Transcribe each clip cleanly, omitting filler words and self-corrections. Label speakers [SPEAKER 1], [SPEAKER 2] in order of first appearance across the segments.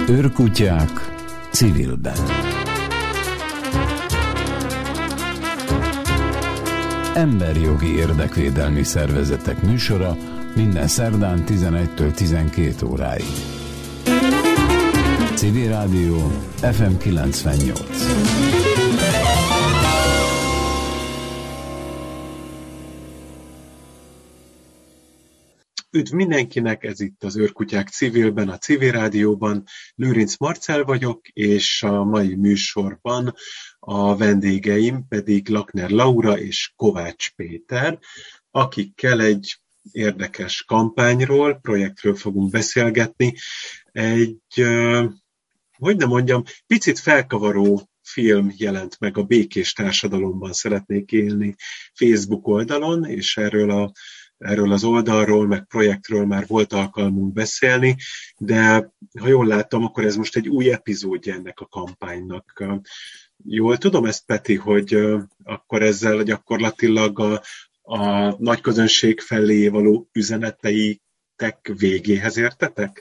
[SPEAKER 1] Őrkutyák civilben. Emberjogi érdekvédelmi szervezetek műsora minden szerdán 11-től 12 óráig. Civil Rádió FM 98.
[SPEAKER 2] Üdv mindenkinek, ez itt az Őrkutyák civilben, a Civil Rádióban. Lőrinc Marcell vagyok, és a mai műsorban a vendégeim pedig Lakner Laura és Kovács Péter, akikkel egy érdekes kampányról, projektről fogunk beszélgetni. Egy, picit felkavaró film jelent meg, a Békés Társadalomban szeretnék élni Facebook oldalon, és erről az oldalról, meg projektről már volt alkalmunk beszélni, de ha jól láttam, akkor ez most egy új epizódja ennek a kampánynak. Jól tudom ezt, Peti, hogy akkor ezzel gyakorlatilag a nagy közönség felé való üzeneteitek végéhez értetek?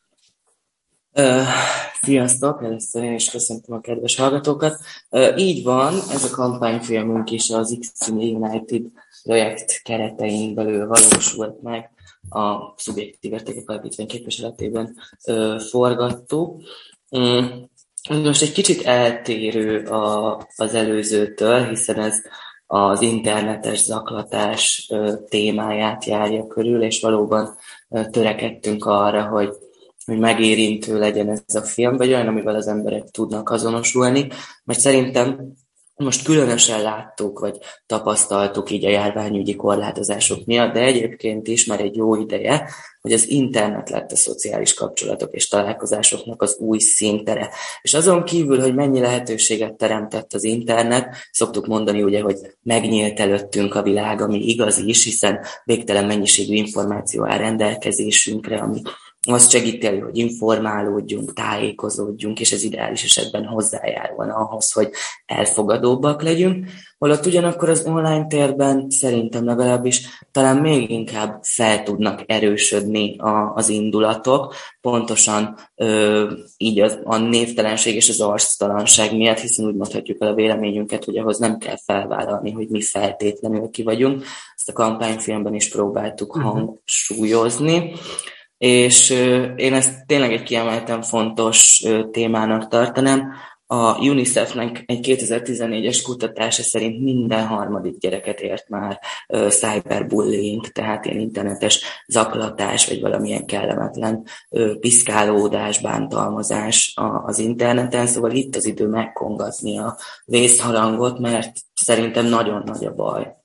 [SPEAKER 3] Sziasztok! Először én is köszöntöm a kedves hallgatókat. Így van, ez a kampányfilmünk is az X-Cine United projekt keretein belül valósult meg, a Szubjektív Értékek Alapítvány képviseletében forgattuk. Most egy kicsit eltérő az előzőtől, hiszen ez az internetes zaklatás témáját járja körül, és valóban törekedtünk arra, hogy megérintő legyen ez a film, vagy olyan, amivel az emberek tudnak azonosulni, mert szerintem most különösen láttuk, vagy tapasztaltuk így a járványügyi korlátozások miatt, de egyébként is már egy jó ideje, hogy az internet lett a szociális kapcsolatok és találkozásoknak az új színtere. És azon kívül, hogy mennyi lehetőséget teremtett az internet, szoktuk mondani ugye, hogy megnyílt előttünk a világ, ami igaz is, hiszen végtelen mennyiségű információ áll rendelkezésünkre, ami azt segíti elő, hogy informálódjunk, tájékozódjunk, és ez ideális esetben hozzájárulna ahhoz, hogy elfogadóbbak legyünk. Holott ugyanakkor az online térben szerintem legalábbis talán még inkább fel tudnak erősödni az indulatok, pontosan így a névtelenség és az arctalanság miatt, hiszen úgy mondhatjuk el a véleményünket, hogy ahhoz nem kell felvállalni, hogy mi feltétlenül ki vagyunk. Ezt a kampányfilmben is próbáltuk hangsúlyozni. És én ezt tényleg egy kiemelten fontos témának tartanám. A UNICEF-nek egy 2014-es kutatása szerint minden harmadik gyereket ért már cyberbullying, tehát ilyen internetes zaklatás, vagy valamilyen kellemetlen piszkálódás, bántalmazás az interneten. Szóval itt az idő megkongatni a vészharangot, mert szerintem nagyon nagy a baj.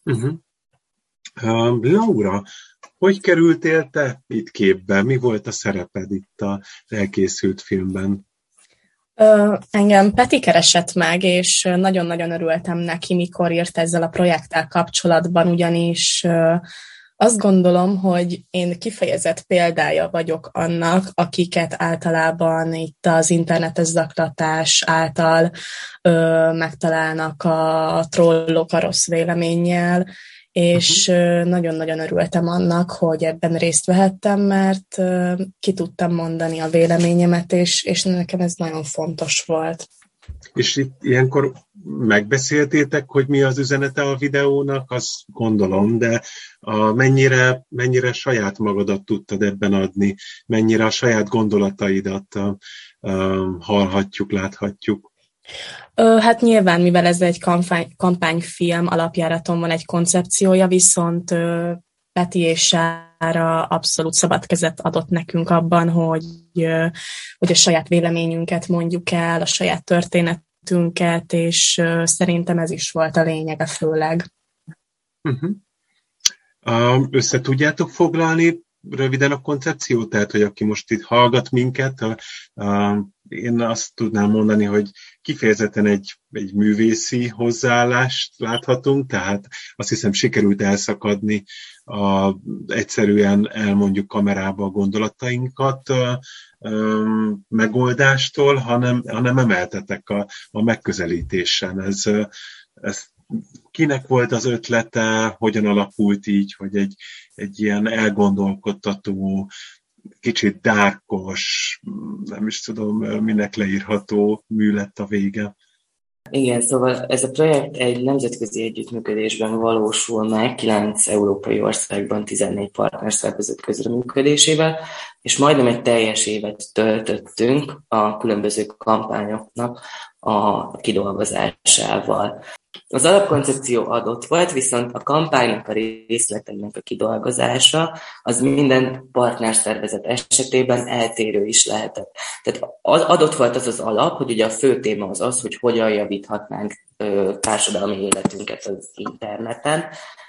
[SPEAKER 2] Laura, hogy kerültél te itt képbe? Mi volt a szereped itt az elkészült filmben?
[SPEAKER 4] Engem Peti keresett meg, és nagyon-nagyon örültem neki, mikor írt ezzel a projekttel kapcsolatban, ugyanis azt gondolom, hogy én kifejezett példája vagyok annak, akiket általában itt az internetes zaklatás által megtalálnak a trollok a rossz véleménnyel, és nagyon-nagyon örültem annak, hogy ebben részt vehettem, mert ki tudtam mondani a véleményemet, és nekem ez nagyon fontos volt.
[SPEAKER 2] És itt ilyenkor megbeszéltétek, hogy mi az üzenete a videónak, azt gondolom, de mennyire saját magadat tudtad ebben adni, mennyire a saját gondolataidat hallhatjuk, láthatjuk?
[SPEAKER 4] Hát nyilván, mivel ez egy kampányfilm, alapjáraton van egy koncepciója, viszont Peti és Sára abszolút szabad kezet adott nekünk abban, hogy a saját véleményünket mondjuk el, a saját történetünket, és szerintem ez is volt a lényege főleg.
[SPEAKER 2] Össze tudjátok foglalni röviden a koncepciót? Tehát, hogy aki most itt hallgat minket, én azt tudnám mondani, hogy kifejezetten egy művészi hozzáállást láthatunk, tehát azt hiszem sikerült elszakadni egyszerűen elmondjuk kamerába a gondolatainkat megoldástól, hanem emeltetek a megközelítésen. Ez kinek volt az ötlete, hogyan alakult így, hogy egy ilyen elgondolkodtató kicsit dárkos, nem is tudom, minek leírható mű lett a vége.
[SPEAKER 3] Igen, szóval ez a projekt egy nemzetközi együttműködésben valósul meg, 9 európai országban 14 partnerszervezet közreműködésével, és majdnem egy teljes évet töltöttünk a különböző kampányoknak a kidolgozásával. Az alapkoncepció adott volt, viszont a kampánynak a részleteinek a kidolgozása az minden partnerszervezet esetében eltérő is lehetett. Tehát adott volt az az alap, hogy ugye a fő téma az az, hogy hogyan javíthatnánk társadalmi életünket az interneten,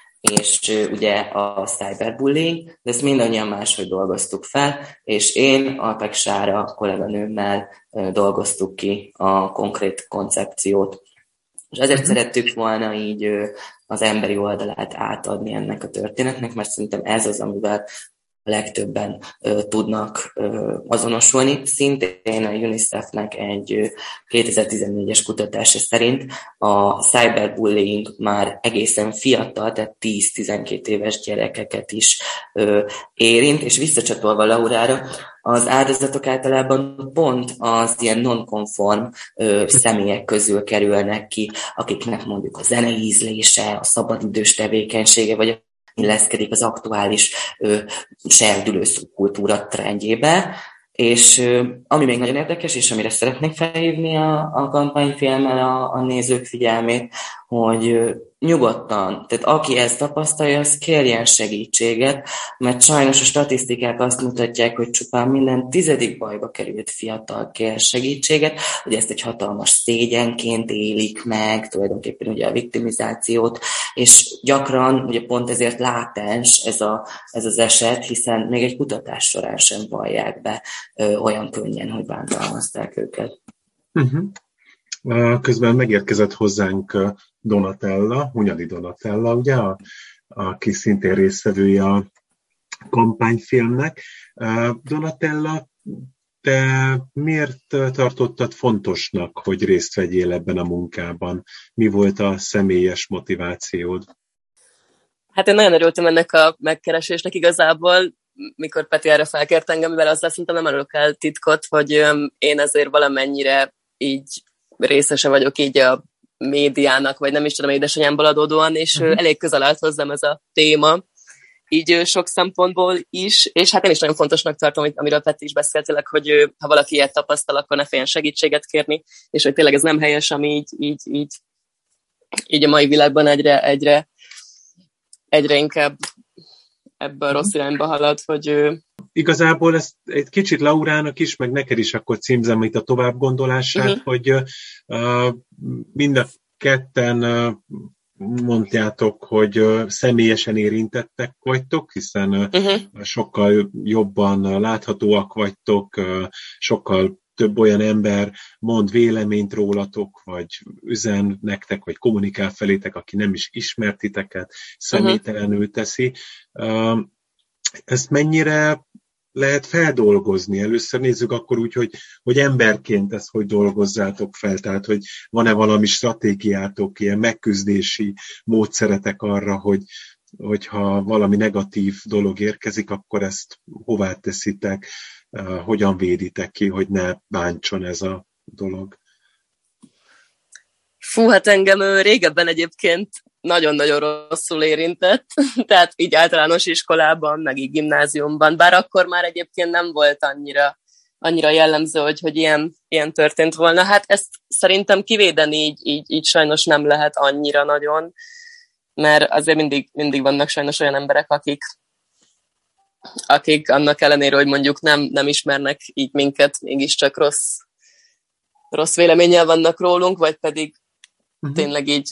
[SPEAKER 3] és ugye a cyberbullying, de ezt mindannyian máshogy dolgoztuk fel, és én Alpek Sára kolléganőmmel dolgoztuk ki a konkrét koncepciót. És ezért szerettük volna így az emberi oldalát átadni ennek a történetnek, mert szerintem ez az, amivel a legtöbben tudnak azonosulni. Szintén a UNICEF-nek egy 2014-es kutatása szerint a cyberbullying már egészen fiatal, tehát 10-12 éves gyerekeket is érint, és visszacsatolva Laurára, az áldozatok általában pont az ilyen non-konform személyek közül kerülnek ki, akiknek mondjuk a zenei ízlése, a szabadidős tevékenysége, vagy illeszkedik az aktuális serdülő szubkultúra trendjébe. És ami még nagyon érdekes, és amire szeretnék felhívni a kampányfilmmel a nézők figyelmét, hogy nyugodtan, tehát aki ezt tapasztalja, az kérjen segítséget, mert sajnos a statisztikák azt mutatják, hogy csupán minden 10. bajba került fiatal kér segítséget, hogy ezt egy hatalmas szégyenként élik meg, tulajdonképpen ugye a viktimizációt, és gyakran ugye pont ezért látens ez az eset, hiszen még egy kutatás során sem vallják be olyan könnyen, hogy bántalmazták őket.
[SPEAKER 2] Közben megérkezett hozzánk Donatella, Hunyadi Donatella, ugye, aki szintén résztvevője a kampányfilmnek. Donatella, te miért tartottad fontosnak, hogy részt vegyél ebben a munkában? Mi volt a személyes motivációd?
[SPEAKER 5] Hát én nagyon örültem ennek a megkeresésnek igazából, mikor Peti erre felkért engem, mivel azzal szerintem nem arról el titkot, hogy én azért valamennyire így részese vagyok így a médiának, vagy nem is tudom, édesanyámból adódóan, és elég közel állt hozzám ez a téma, így sok szempontból is, és hát én is nagyon fontosnak tartom, amiről Peti is beszéltél, hogy ha valaki ilyet tapasztal, akkor ne féljen segítséget kérni, és hogy tényleg ez nem helyes, ami így a mai világban egyre inkább ebben a rossz irányba halad, hogy
[SPEAKER 2] Igazából ezt egy kicsit Laurának is, meg neked is akkor címzem itt a továbbgondolását, hogy mind a ketten mondjátok, hogy személyesen érintettek vagytok, hiszen sokkal jobban láthatóak vagytok, sokkal több olyan ember mond véleményt rólatok, vagy üzen nektek, vagy kommunikál felétek, aki nem is ismert titeket, személytelenül teszi. Ezt mennyire lehet feldolgozni? Először nézzük akkor úgy, hogy emberként ezt hogy dolgozzátok fel, tehát hogy van-e valami stratégiátok, ilyen megküzdési módszeretek arra, hogyha valami negatív dolog érkezik, akkor ezt hová teszitek, hogyan véditek ki, hogy ne bántson ez a dolog?
[SPEAKER 5] Fú, hát engem régebben egyébként nagyon-nagyon rosszul érintett, tehát így általános iskolában, meg így gimnáziumban, bár akkor már egyébként nem volt annyira jellemző, hogy ilyen történt volna. Hát ezt szerintem kivédeni így sajnos nem lehet annyira nagyon, mert azért mindig vannak sajnos olyan emberek, akik annak ellenére, hogy mondjuk nem ismernek így minket, mégiscsak rossz véleménnyel vannak rólunk, vagy pedig tényleg így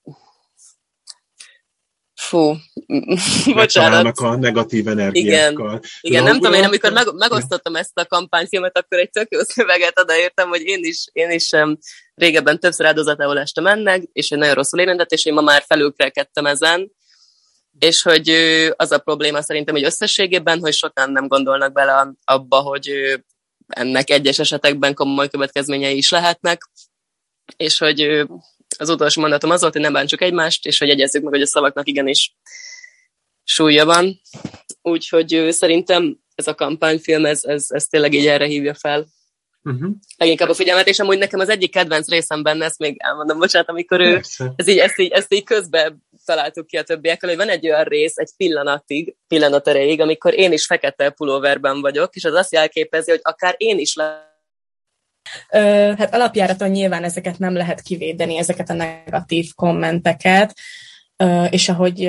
[SPEAKER 2] bocsánat. A negatív energiákkal.
[SPEAKER 5] Igen, nem tudom, én amikor megosztottam ezt a kampányfilmet, akkor egy tök jó szöveget odaértem, hogy én is régebben többször áldozatául estem ennek, és hogy nagyon rosszul érintett, és én ma már felülkelkedtem ezen, és hogy az a probléma szerintem, hogy összességében, hogy sokan nem gondolnak bele abba, hogy ennek egyes esetekben komoly következményei is lehetnek, és hogy az utolsó mondatom az volt, hogy ne bántsuk egymást, és hogy jegyezzük meg, hogy a szavaknak igenis súlya van. Úgyhogy szerintem a kampányfilm, ez tényleg így erre hívja fel. Leginkább a figyelmet, és amúgy nekem az egyik kedvenc részem benne, ezt még elmondom, bocsánat, amikor ezt így közben találtuk ki a többiekkel, hogy van egy olyan rész, egy pillanat erejéig, amikor én is fekete pulóverben vagyok, és az azt jelképezi, hogy akár én is
[SPEAKER 4] hát alapjáraton nyilván ezeket nem lehet kivédeni, ezeket a negatív kommenteket, és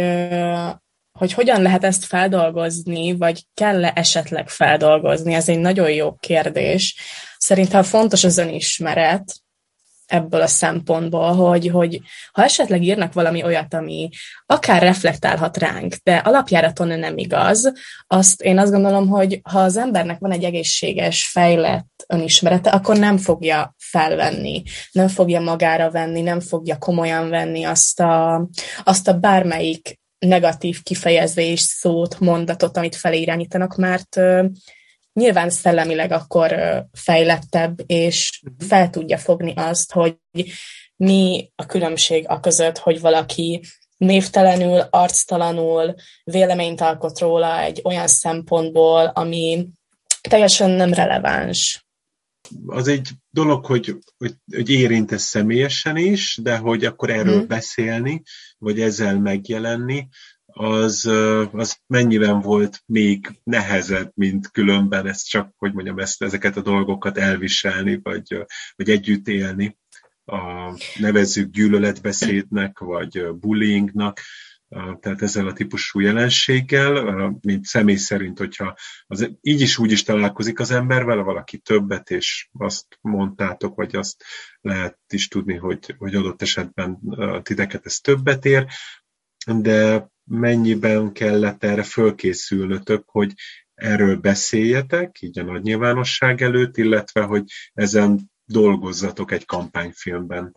[SPEAKER 4] hogy hogyan lehet ezt feldolgozni, vagy kell-e esetleg feldolgozni, ez egy nagyon jó kérdés. Szerintem fontos az önismeret ebből a szempontból, hogy ha esetleg írnak valami olyat, ami akár reflektálhat ránk, de alapjáraton nem igaz, én azt gondolom, hogy ha az embernek van egy egészséges, fejlett önismerete, akkor nem fogja felvenni, nem fogja magára venni, nem fogja komolyan venni azt a bármelyik negatív kifejezés, szót, mondatot, amit felirányítanak, mert nyilván szellemileg akkor fejlettebb, és fel tudja fogni azt, hogy mi a különbség a között, hogy valaki névtelenül, arctalanul véleményt alkot róla egy olyan szempontból, ami teljesen nem releváns.
[SPEAKER 2] Az egy dolog, hogy érint ez személyesen is, de hogy akkor erről beszélni, vagy ezzel megjelenni, az mennyiben volt még nehezebb, mint különben ezt csak, hogy mondjam, ezeket a dolgokat elviselni, vagy együtt élni. Nevezzük gyűlöletbeszédnek, vagy bullyingnak, tehát ezzel a típusú jelenséggel, mint személy szerint, hogyha így is úgy is találkozik az ember vele, valaki többet, és azt mondtátok, vagy azt lehet is tudni, hogy adott esetben titeket ez többet ér, de mennyiben kellett erre fölkészülnötök, hogy erről beszéljetek, így a nagy nyilvánosság előtt, illetve, hogy ezen dolgozzatok egy kampányfilmben?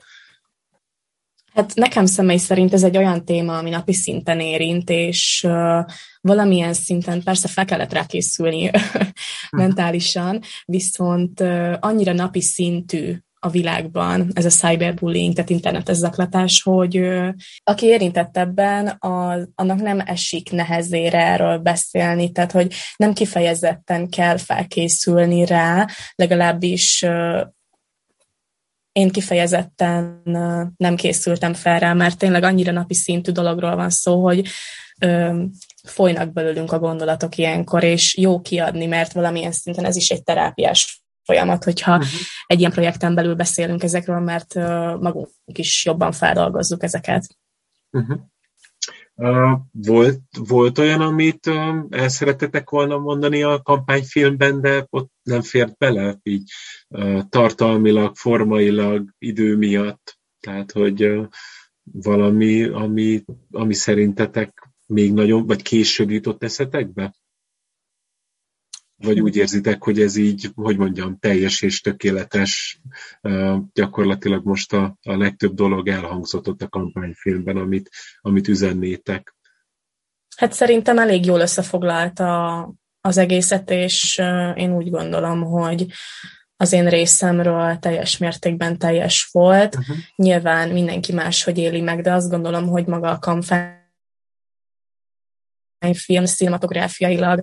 [SPEAKER 4] Hát nekem személy szerint ez egy olyan téma, ami napi szinten érint, és valamilyen szinten persze fel kellett rá készülni mentálisan, viszont annyira napi szintű a világban ez a cyberbullying, tehát internetes zaklatás, hogy aki érintett ebben, annak nem esik nehezére erről beszélni, tehát hogy nem kifejezetten kell felkészülni rá, legalábbis én kifejezetten nem készültem fel rá, mert tényleg annyira napi szintű dologról van szó, hogy folynak belőlünk a gondolatok ilyenkor, és jó kiadni, mert valamilyen szinten ez is egy terápiás folyamat, hogyha egy ilyen projekten belül beszélünk ezekről, mert magunk is jobban feldolgozzuk ezeket.
[SPEAKER 2] Volt olyan, amit el szerettetek volna mondani a kampányfilmben, de ott nem fért bele, így tartalmilag, formailag, idő miatt, tehát hogy valami, ami szerintetek még nagyon, vagy később jutott eszetekbe? Vagy úgy érzitek, hogy ez így, hogy mondjam, teljes és tökéletes, gyakorlatilag most a legtöbb dolog elhangzott ott a kampányfilmben, amit üzennétek? Hát
[SPEAKER 4] szerintem elég jól összefoglalta az egészet, és én úgy gondolom, hogy az én részemről teljes mértékben teljes volt. Nyilván mindenki máshogy éli meg, de azt gondolom, hogy maga a kampányfilm cinematográfiailag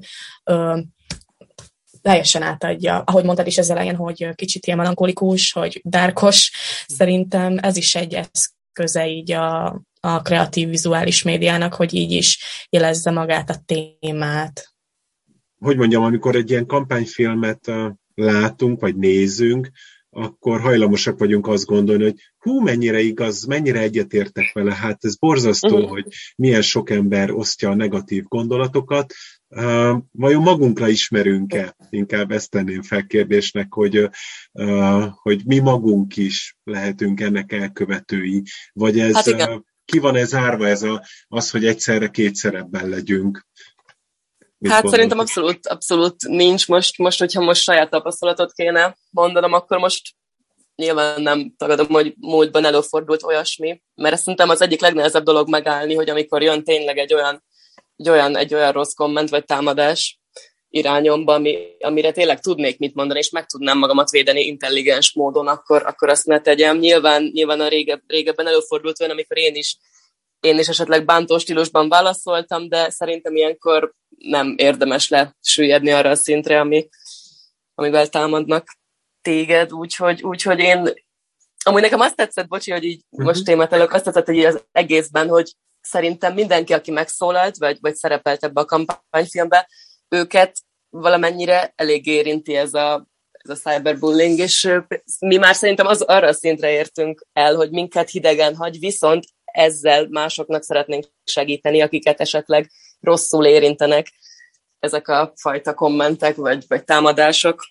[SPEAKER 4] teljesen átadja. Ahogy mondtad is az elején, hogy kicsit ilyen melankolikus, hogy dárkos, szerintem ez is egy eszköze így a kreatív vizuális médiának, hogy így is jelezze magát a témát.
[SPEAKER 2] Hogy mondjam, amikor egy ilyen kampányfilmet látunk, vagy nézünk, akkor hajlamosak vagyunk azt gondolni, hogy mennyire igaz, mennyire egyetértek vele, hát ez borzasztó, hogy milyen sok ember osztja a negatív gondolatokat. Vajon magunkra ismerünk-e? Inkább ezt tenném fel kérdésnek, hogy mi magunk is lehetünk ennek elkövetői, vagy ez ki van ez zárva, az, hogy egyszerre kétszer ebben legyünk?
[SPEAKER 5] Szerintem abszolút nincs. Most, hogyha saját tapasztalatot kéne mondanom, akkor most nyilván nem tagadom, hogy múltban előfordult olyasmi, mert szerintem az egyik legnehezebb dolog megállni, hogy amikor jön tényleg egy olyan rossz komment vagy támadás irányomba, amire tényleg tudnék mit mondani, és meg tudnám magamat védeni intelligens módon, akkor azt ne tegyem. Nyilván a régebben előfordult olyan, amikor én is esetleg bántó stílusban válaszoltam, de szerintem ilyenkor nem érdemes lesüllyedni arra a szintre, amivel támadnak téged, úgyhogy én amúgy nekem azt tetszett, bocsi, hogy így most tématelök, azt tetszett, hogy így az egészben, hogy szerintem mindenki, aki megszólalt, vagy szerepelt ebbe a kampányfilmbe, őket valamennyire elég érinti ez a cyberbullying, és mi már szerintem arra a szintre értünk el, hogy minket hidegen hagy, viszont ezzel másoknak szeretnénk segíteni, akiket esetleg rosszul érintenek ezek a fajta kommentek, vagy támadások.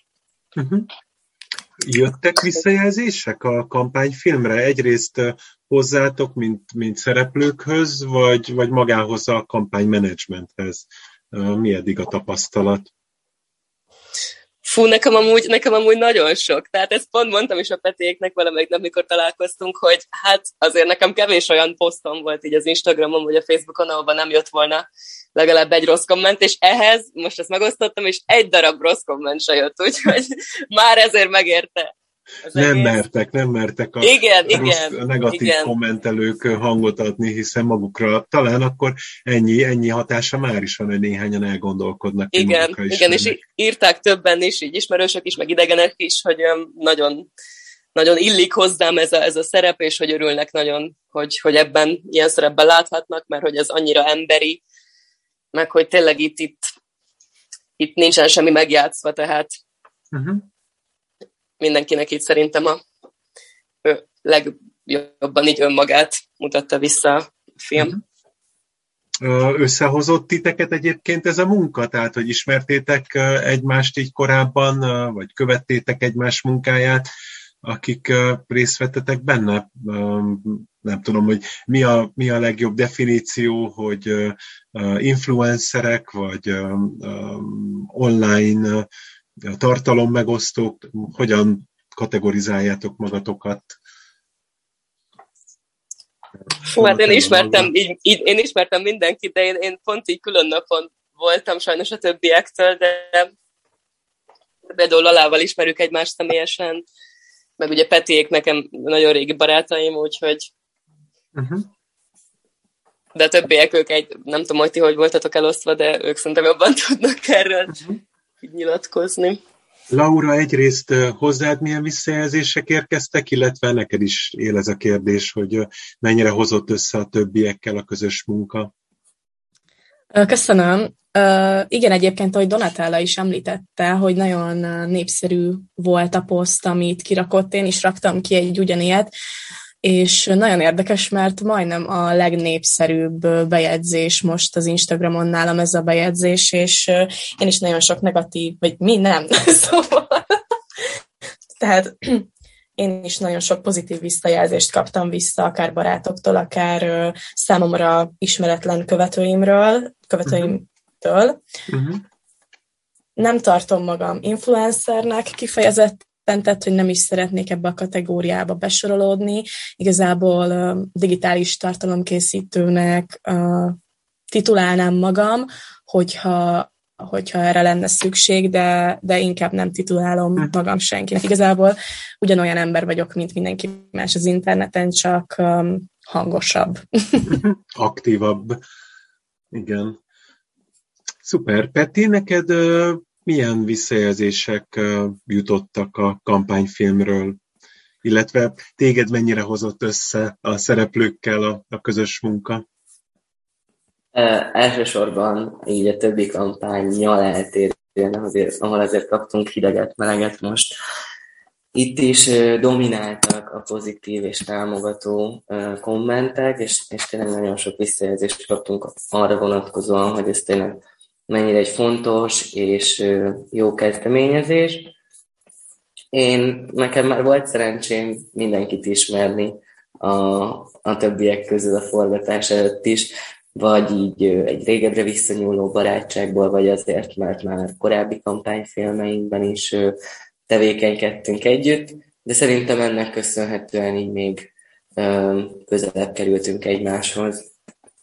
[SPEAKER 2] Jöttek visszajelzések a kampányfilmre? Egyrészt hozzátok, mint szereplőkhöz, vagy magához a kampánymenedzsmenthez? Mi eddig a tapasztalat?
[SPEAKER 5] Fú, nekem amúgy nagyon sok. Tehát ezt pont mondtam is a Petiéknek valamelyik nap, mikor találkoztunk, hogy hát azért nekem kevés olyan posztom volt így az Instagramon, vagy a Facebookon, ahol nem jött volna legalább egy rossz komment, és ehhez most ezt megosztottam, és egy darab rossz komment se jött, úgyhogy már ezért megérte.
[SPEAKER 2] Nem mertek a negatív kommentelők hangot adni, hiszen magukra talán akkor ennyi hatása már is van, hogy néhányan elgondolkodnak.
[SPEAKER 5] Igen, és írták többen is, így ismerősök is, meg idegenek is, hogy nagyon, nagyon illik hozzám ez a szerep, és hogy örülnek nagyon, hogy ebben ilyen szerepben láthatnak, mert hogy ez annyira emberi, meg hogy tényleg itt nincsen semmi megjátszva, tehát mindenkinek itt szerintem a legjobban így önmagát mutatta vissza a film.
[SPEAKER 2] Összehozott titeket egyébként ez a munka? Tehát, hogy ismertétek egymást így korábban, vagy követtétek egymás munkáját, akik részt vettetek benne? Nem tudom, hogy mi a legjobb definíció, hogy influencerek, vagy online tartalommegosztók, hogyan kategorizáljátok magatokat?
[SPEAKER 5] Fú, hát én ismertem mindenkit, de én pont így külön napon voltam sajnos a többiektől, de például Lalával ismerjük egymást személyesen, meg ugye Petiék nekem nagyon régi barátaim, úgyhogy de a többiek nem tudom, hogy ti hogy voltatok elosztva, de ők szerintem jobban tudnak erről így nyilatkozni.
[SPEAKER 2] Laura, egyrészt hozzád milyen visszajelzések érkeztek, illetve neked is él ez a kérdés, hogy mennyire hozott össze a többiekkel a közös munka?
[SPEAKER 4] Köszönöm. Igen, egyébként, ahogy Donatella is említette, hogy nagyon népszerű volt a poszt, amit kirakott, én is raktam ki egy ugyanilyet, és nagyon érdekes, mert majdnem a legnépszerűbb bejegyzés most az Instagramon nálam ez a bejegyzés, és én is nagyon sok negatív, vagy mi nem, szóval. Tehát én is nagyon sok pozitív visszajelzést kaptam vissza, akár barátoktól, akár számomra ismeretlen követőimtől. Nem tartom magam influencernek kifejezetten, tehát, hogy nem is szeretnék ebbe a kategóriába besorolódni. Igazából digitális tartalomkészítőnek titulálnám magam, hogyha erre lenne szükség, de inkább nem titulálom magam senkinek. Igazából ugyanolyan ember vagyok, mint mindenki más az interneten, csak hangosabb.
[SPEAKER 2] Aktívabb. Igen. Szuper. Peti, neked milyen visszajelzések jutottak a kampányfilmről, illetve téged mennyire hozott össze a szereplőkkel a közös munka?
[SPEAKER 3] Elsősorban így a többi kampánnyal eltérően, ahol azért kaptunk hideget, meleget most. Itt is domináltak a pozitív és támogató kommentek, és tényleg nagyon sok visszajelzést kaptunk arra vonatkozóan, hogy ez tényleg mennyire egy fontos és jó kezdeményezés. Nekem már volt szerencsém mindenkit ismerni a többiek közül a forgatás előtt is, vagy így egy régebbre visszanyúló barátságból, vagy azért, mert már korábbi kampányfilmeinkben is tevékenykedtünk együtt, de szerintem ennek köszönhetően így még közelebb kerültünk egymáshoz.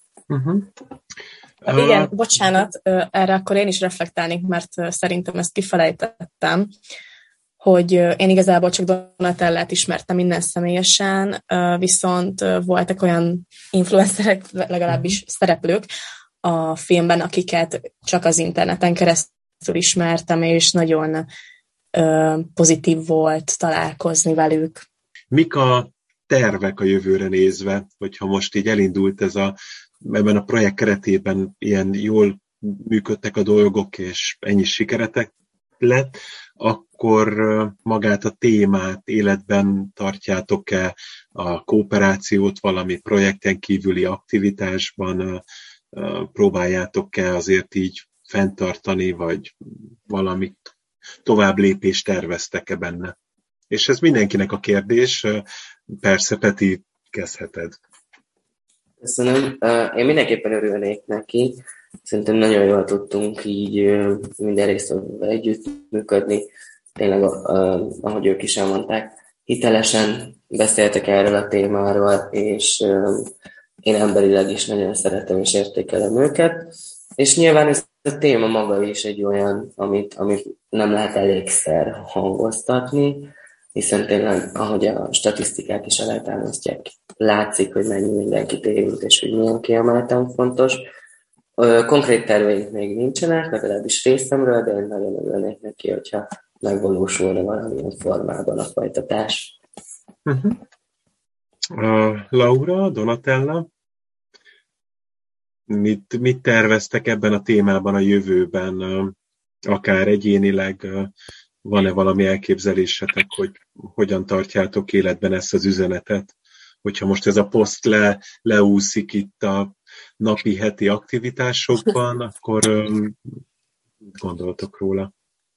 [SPEAKER 4] Igen, bocsánat, erre akkor én is reflektálnék, mert szerintem ezt kifelejtettem, hogy én igazából csak Donatellát ismertem innen személyesen, viszont voltak olyan influencerek, legalábbis szereplők, a filmben, akiket csak az interneten keresztül ismertem, és nagyon pozitív volt találkozni velük.
[SPEAKER 2] Mik a tervek a jövőre nézve, hogyha most így elindult ebben a projekt keretében ilyen jól működtek a dolgok, és ennyi sikeretek lett, akkor magát a témát életben tartjátok-e, a kooperációt valami projekten kívüli aktivitásban próbáljátok-e azért így fenntartani, vagy valami tovább lépést terveztek-e benne? És ez mindenkinek a kérdés. Persze, Peti, kezdheted.
[SPEAKER 3] Köszönöm. Én mindenképpen örülnék neki. Szerintem nagyon jól tudtunk így minden résztvevővel együttműködni. Tényleg, ahogy ők is elmondták, hitelesen beszéltek erről a témáról, és én emberileg is nagyon szeretem és értékelem őket. És nyilván ez a téma maga is egy olyan, amit nem lehet elégszer hangoztatni, hiszen tényleg, ahogy a statisztikák is alátámasztják, látszik, hogy mennyi mindenkit érint, és hogy milyen kiemelten fontos. Konkrét terveink még nincsenek, legalábbis részemről, de én nagyon örülnék neki, hogyha megvalósulna valamilyen formában a folytatás.
[SPEAKER 2] Laura, Donatella, mit terveztek ebben a témában a jövőben, akár egyénileg? Van-e valami elképzelésetek, hogy hogyan tartjátok életben ezt az üzenetet? Hogyha most ez a poszt leúszik itt a napi, heti aktivitásokban, akkor mit gondoltok róla?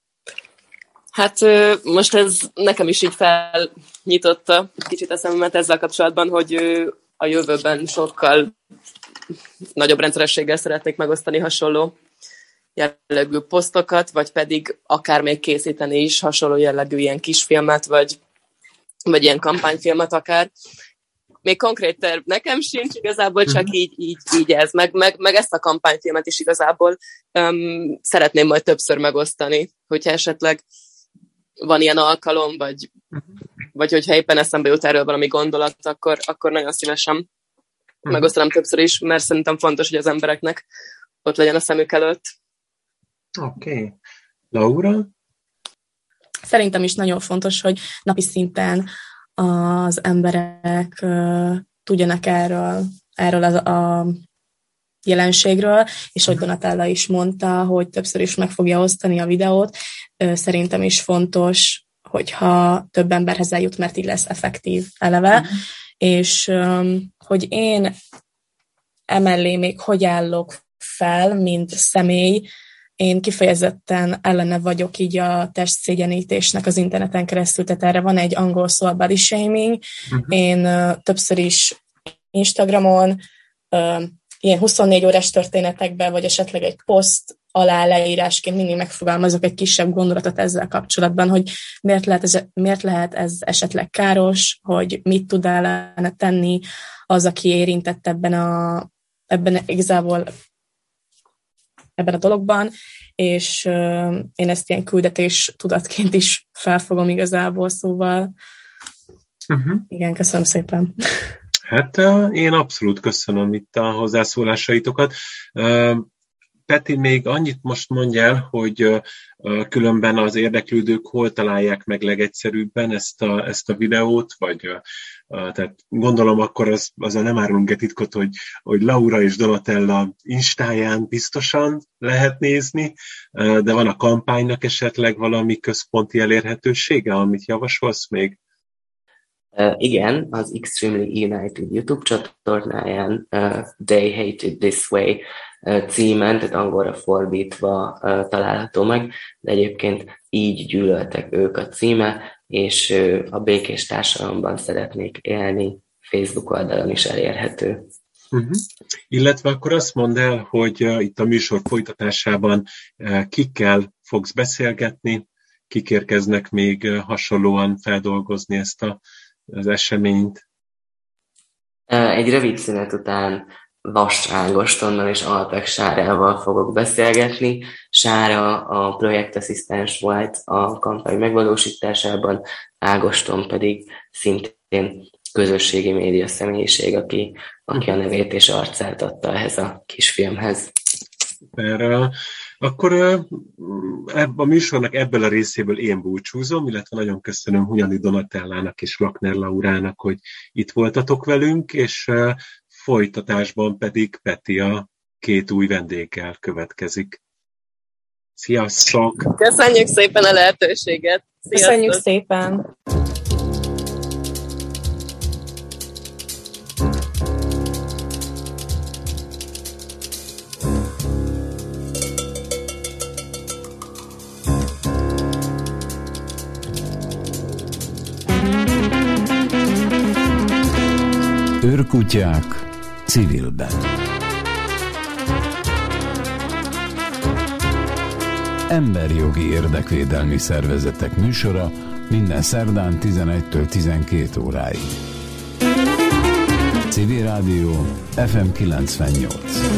[SPEAKER 5] Hát most ez nekem is így felnyitotta kicsit a szememet ezzel kapcsolatban, hogy a jövőben sokkal nagyobb rendszerességgel szeretnék megosztani hasonló jellegű posztokat, vagy pedig akár még készíteni is hasonló jellegű ilyen kisfilmet, vagy ilyen kampányfilmet akár. Még konkrét terv nekem sincs igazából, csak így ez. Meg ezt a kampányfilmet is igazából szeretném majd többször megosztani, hogyha esetleg van ilyen alkalom, vagy hogyha éppen eszembe jut erről valami gondolat, akkor nagyon szívesen megosztanám többször is, mert szerintem fontos, hogy az embereknek ott legyen a szemük előtt.
[SPEAKER 2] Oké. Laura?
[SPEAKER 4] Szerintem is nagyon fontos, hogy napi szinten az emberek tudjanak erről a jelenségről, és hogy Donatella is mondta, hogy többször is meg fogja osztani a videót. Szerintem is fontos, hogyha több emberhez eljut, mert így lesz effektív eleve, és hogy én emellé még hogy állok fel, mint személy, én kifejezetten ellene vagyok így a testszégyenítésnek az interneten keresztül, tehát erre van egy angol szó, a body shaming. Én többször is Instagramon, ilyen 24 órás történetekben, vagy esetleg egy poszt alá leírásként mindig megfogalmazok egy kisebb gondolatot ezzel kapcsolatban, hogy miért lehet ez esetleg káros, hogy mit tud ellene tenni az, aki érintett ebben igazából ebben a dologban, és én ezt ilyen küldetés tudatként is felfogom igazából, szóval igen, köszönöm szépen.
[SPEAKER 2] Hát én abszolút köszönöm itt a hozzászólásaitokat. Peti, még annyit most mondj el, hogy különben az érdeklődők hol találják meg legegyszerűbben ezt a videót, vagy tehát gondolom akkor azzal nem árulunk egy titkot, hogy Laura és Donatella Instáján biztosan lehet nézni, de van a kampánynak esetleg valami központi elérhetősége, amit javasolsz még?
[SPEAKER 3] Igen, az Extremely United YouTube csatornáján They Hated This Way címen, tehát angolra fordítva található meg, de egyébként Így gyűlöltek ők a címe, és a békés társadalomban szeretnék élni, Facebook oldalon is elérhető.
[SPEAKER 2] Illetve akkor azt mondd el, hogy itt a műsor folytatásában kikkel fogsz beszélgetni, kik érkeznek még hasonlóan feldolgozni ezt az eseményt.
[SPEAKER 3] Egy rövid szünet után Vas Ágostonnal és Alpek Sárával fogok beszélgetni. Sára a projektasszisztens volt a kampány megvalósításában, Ágoston pedig szintén közösségi média személyiség, aki a nevét és arcát adta ehhez a kisfilmhez.
[SPEAKER 2] Szuper. Akkor a műsornak ebből a részéből én búcsúzom, illetve nagyon köszönöm Hunyadi Donatellának és Lakner Laurának, hogy itt voltatok velünk, és folytatásban pedig Peti a 2 új vendéggel következik. Sziasztok!
[SPEAKER 5] Köszönjük szépen a lehetőséget! Sziasztok.
[SPEAKER 4] Köszönjük szépen!
[SPEAKER 1] Őrkutyák civilben. Emberjogi érdekvédelmi szervezetek műsora minden szerdán 11-től 12 óráig. Civil Rádió FM 98.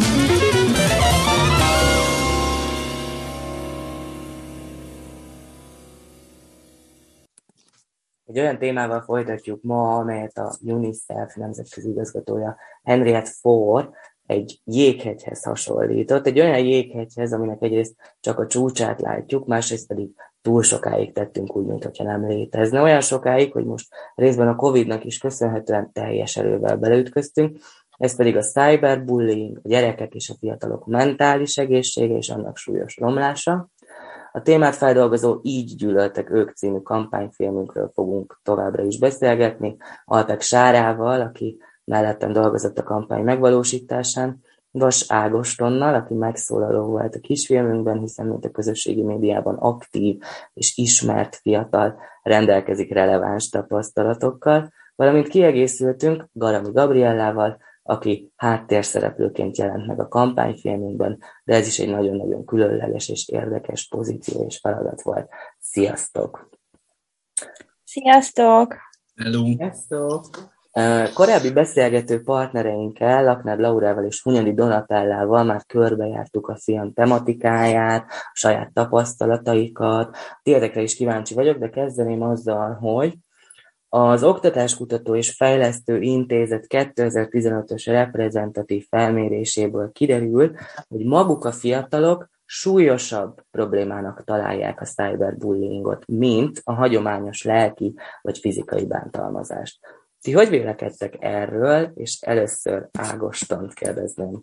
[SPEAKER 3] Egy olyan témával folytatjuk ma, amelyet a UNICEF nemzetközi igazgatója Henriette Fore egy jéghegyhez hasonlított. Egy olyan jéghegyhez, aminek egyrészt csak a csúcsát látjuk, másrészt pedig túl sokáig tettünk úgy, mintha nem létezne. Olyan sokáig, hogy most részben a Covid-nak is köszönhetően teljes erővel beleütköztünk. Ez pedig a cyberbullying, a gyerekek és a fiatalok mentális egészsége és annak súlyos romlása. A témát feldolgozó Így gyűlöltek ők című kampányfilmünkről fogunk továbbra is beszélgetni. Alpek Sárával, aki mellettem dolgozott a kampány megvalósításán, Vas Ágostonnal, aki megszólaló volt a kisfilmünkben, hiszen mint a közösségi médiában aktív és ismert fiatal rendelkezik releváns tapasztalatokkal, valamint kiegészültünk Garami Gabriellával, aki háttérszereplőként jelent meg a kampányfilmünkben, de ez is egy nagyon-nagyon különleges és érdekes pozíció és feladat volt. Sziasztok!
[SPEAKER 6] Sziasztok!
[SPEAKER 7] Hello!
[SPEAKER 3] Sziasztok! Korábbi beszélgető partnereinkkel, Lakner Laurával és Hunyadi Donatellával már körbejártuk a film tematikáját, a saját tapasztalataikat. Tiétekre is kíváncsi vagyok, de kezdeném azzal, hogy az Oktatáskutató és Fejlesztő Intézet 2015-ös reprezentatív felméréséből kiderült, hogy maguk a fiatalok súlyosabb problémának találják a cyberbullyingot, mint a hagyományos lelki vagy fizikai bántalmazást. Ti hogy vélekedtek erről, és először Ágostont kérdezném?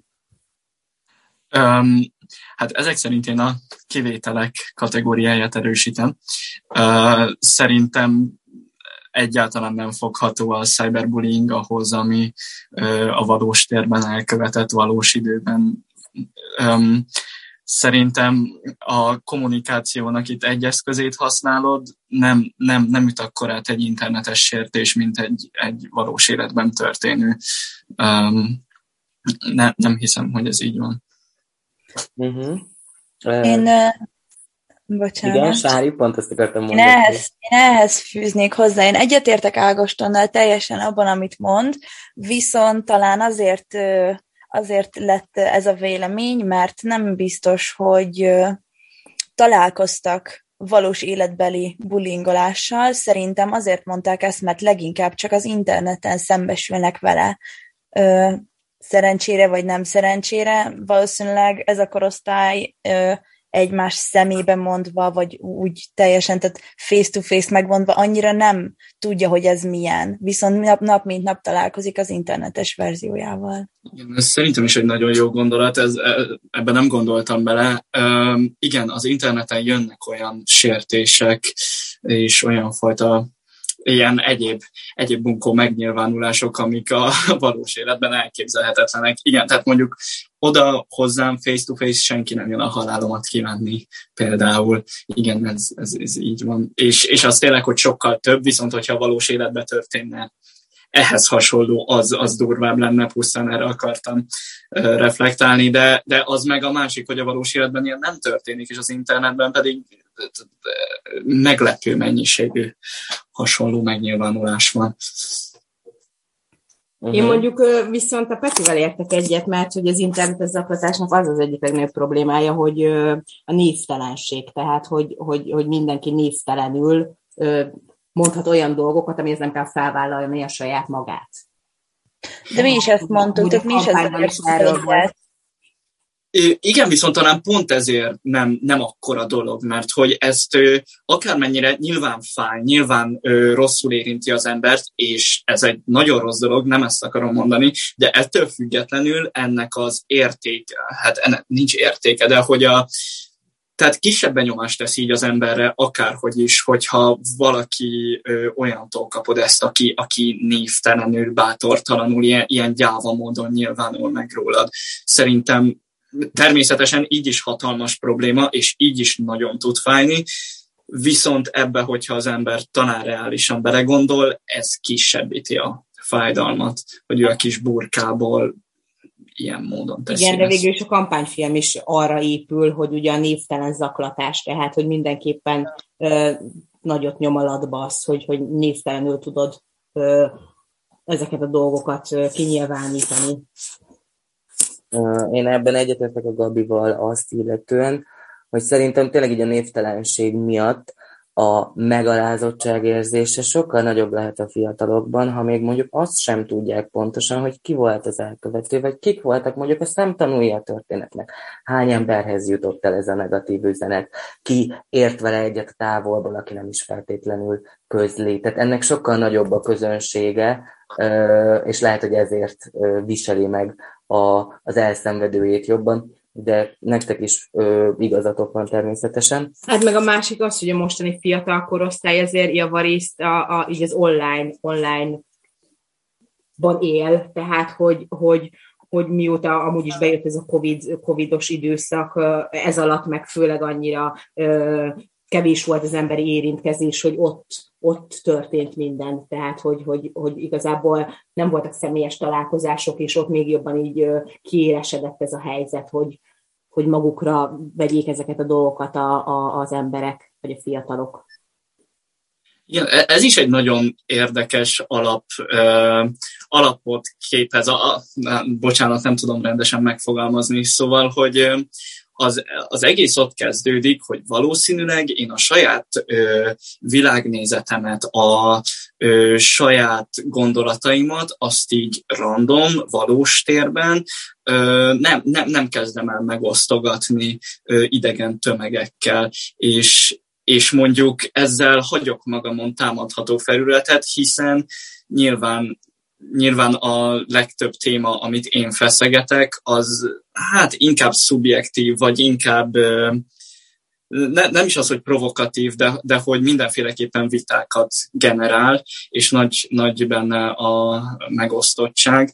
[SPEAKER 7] Hát ezek szerint én a kivételek kategóriáját erősítem. Szerintem egyáltalán nem fogható a cyberbullying ahhoz, ami a valós térben elkövetett valós időben. Szerintem a kommunikációnak itt egy eszközét használod, nem üt akkorát egy internetes sértés, mint egy valós életben történő. Nem hiszem, hogy ez így van.
[SPEAKER 6] Bocsánat.
[SPEAKER 3] Igen, Sári, pont ezt akartam mondani.
[SPEAKER 6] Én ehhez fűznék hozzá. Én egyetértek Ágostonnal teljesen abban, amit mond, viszont talán azért lett ez a vélemény, mert nem biztos, hogy találkoztak valós életbeli bullyingolással. Szerintem azért mondták ezt, mert leginkább csak az interneten szembesülnek vele. Szerencsére vagy nem szerencsére, valószínűleg ez a korosztály egymás szemébe mondva, vagy úgy teljesen, tehát face-to-face megmondva, annyira nem tudja, hogy ez milyen. Viszont nap mint nap találkozik az internetes verziójával.
[SPEAKER 7] Igen, ez szerintem is egy nagyon jó gondolat, ebben nem gondoltam bele. Igen, az interneten jönnek olyan sértések, és olyan fajta ilyen egyéb bunkó megnyilvánulások, amik a valós életben elképzelhetetlenek. Igen, tehát mondjuk oda hozzám face-to-face senki nem jön a halálomat kívánni például. Igen, ez így van. És az tényleg, hogy sokkal több, viszont hogyha a valós életben történne ehhez hasonló, az durvább lenne, pusztán erre akartam reflektálni, de az meg a másik, hogy a valós életben ilyen nem történik, és az internetben pedig meglepő mennyiségű hasonló megnyilvánulás van.
[SPEAKER 8] Én mondjuk viszont a Petivel értek egyet, mert hogy az internetes zaklatásnak az egyik legnagyobb problémája, hogy a névtelenség, tehát hogy mindenki névtelenül mondhat olyan dolgokat, amihez nem kell felvállalni a saját magát.
[SPEAKER 6] De mi is ezt mondtuk, tehát mi is ezt volt.
[SPEAKER 7] Igen, viszont talán pont ezért nem akkora dolog, mert hogy ezt akármennyire nyilván fáj, nyilván rosszul érinti az embert, és ez egy nagyon rossz dolog, nem ezt akarom mondani, de ettől függetlenül ennek az értéke, hát ennek nincs értéke, de hogy tehát kisebb benyomást tesz így az emberre, akárhogy is, hogyha valaki olyantól kapod ezt, aki névtelenül, bátortalanul, ilyen gyáva módon nyilvánul meg rólad. Szerintem természetesen így is hatalmas probléma, és így is nagyon tud fájni, viszont ebbe, hogyha az ember talán reálisan belegondol, ez kisebbíti a fájdalmat, hogy ő a kis burkából ilyen módon teszi.
[SPEAKER 8] Igen, de végül is a kampányfilm is arra épül, hogy ugye a névtelen zaklatás, tehát hogy mindenképpen nagyot nyom alatba az, hogy névtelenül tudod ezeket a dolgokat kinyilvánítani.
[SPEAKER 3] Én ebben egyetértek a Gabival azt illetően, hogy szerintem tényleg így a névtelenség miatt a megalázottság érzése sokkal nagyobb lehet a fiatalokban, ha még mondjuk azt sem tudják pontosan, hogy ki volt az elkövető, vagy kik voltak mondjuk a szemtanúi a történetnek. Hány emberhez jutott el ez a negatív üzenet, ki ért vele egyet a távolból, aki nem is feltétlenül közli. Tehát ennek sokkal nagyobb a közönsége, és lehet, hogy ezért viseli meg az elszenvedőjét jobban, de nektek is igazatok van természetesen.
[SPEAKER 8] Hát meg a másik az, hogy a mostani fiatal korosztály azért javarészt így az online-ban él, tehát hogy mióta amúgy is bejött ez a covidos időszak, ez alatt meg főleg annyira kevés volt az emberi érintkezés, hogy ott történt minden, tehát hogy igazából nem voltak személyes találkozások, és ott még jobban így kiélesedett ez a helyzet, hogy magukra vegyék ezeket a dolgokat az emberek, vagy a fiatalok.
[SPEAKER 7] Igen, ez is egy nagyon érdekes alapot képez. Bocsánat, nem tudom rendesen megfogalmazni. Szóval, hogy az egész ott kezdődik, hogy valószínűleg én a saját világnézetemet, a saját gondolataimat, azt így random, valós térben nem kezdem el megosztogatni idegen tömegekkel, és mondjuk ezzel hagyok magamon támadható felületet, hiszen nyilván a legtöbb téma, amit én feszegetek, az hát inkább szubjektív, vagy inkább nem is az, hogy provokatív, de hogy mindenféleképpen vitákat generál, és nagy benne a megosztottság,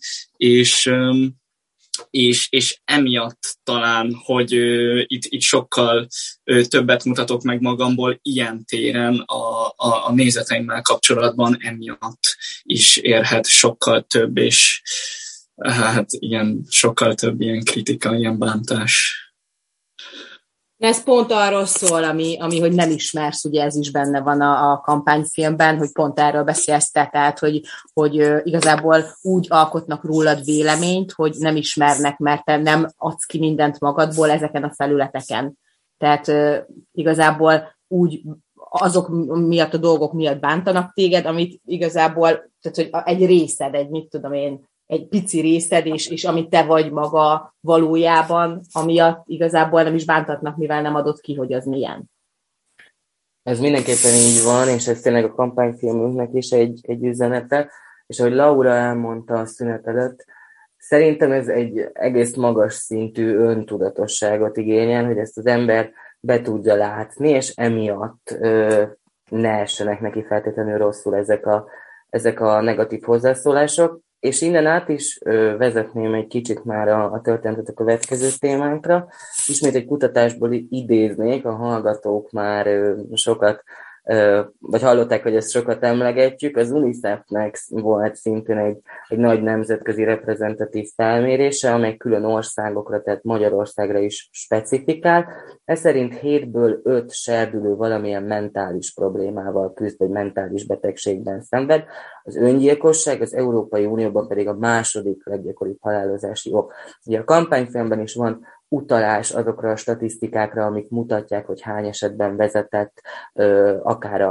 [SPEAKER 7] és emiatt talán, hogy itt sokkal többet mutatok meg magamból ilyen téren a nézeteimmel kapcsolatban, emiatt is érhet sokkal több, és hát igen, sokkal több ilyen kritika, ilyen bántás.
[SPEAKER 8] Ez pont arról szól, ami hogy nem ismersz, ugye ez is benne van a kampányfilmben, hogy pont erről beszélsz, tehát hogy igazából úgy alkotnak rólad véleményt, hogy nem ismernek, mert te nem adsz ki mindent magadból ezeken a felületeken. Tehát igazából úgy azok miatt a dolgok miatt bántanak téged, amit igazából, tehát hogy egy részed, egy pici részed, és amit te vagy maga valójában, amiatt igazából nem is bántatnak, mivel nem adod ki, hogy az milyen.
[SPEAKER 3] Ez mindenképpen így van, és ez tényleg a kampányfilmünknek is egy üzenete, és ahogy Laura elmondta a szünet előtt, szerintem ez egy egész magas szintű öntudatosságot igényel, hogy ezt az ember be tudja látni, és emiatt ne essenek neki feltétlenül rosszul ezek a negatív hozzászólások. És innen át is vezetném egy kicsit már a történetet a következő témánkra. Ismét egy kutatásból idéznék, a hallgatók már sokat, vagy hallották, hogy ezt sokat emlegetjük. Az UNICEF-nek volt szintén egy nagy nemzetközi reprezentatív felmérése, amely külön országokra, tehát Magyarországra is specifikál. Ez szerint 7-ből 5 serdülő valamilyen mentális problémával küzd, vagy mentális betegségben szenved. Az öngyilkosság az Európai Unióban pedig a második leggyakoribb halálozási ok. Ugye a kampányfilmben is van utalás azokra a statisztikákra, amik mutatják, hogy hány esetben vezetett akár a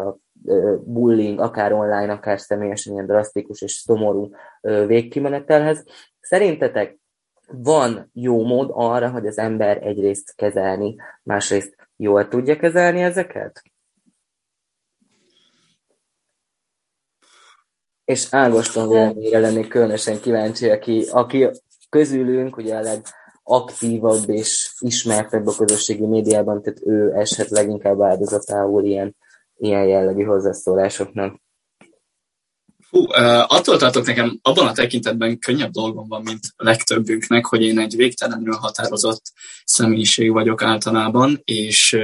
[SPEAKER 3] bullying, akár online, akár személyesen ilyen drasztikus és szomorú végkimenetelhez. Szerintetek van jó mód arra, hogy az ember egyrészt kezelni, másrészt jól tudja kezelni ezeket? És Ágoston véleményére lennék különösen kíváncsi, aki közülünk ugye a legaktívabb és ismertebb a közösségi médiában, tehát ő eshet leginkább áldozatául ilyen jellegű hozzászólásoknak.
[SPEAKER 7] Attól tartok, nekem abban a tekintetben könnyebb dolgom van, mint a legtöbbünknek, hogy én egy végtelenül határozott személyiség vagyok általában, és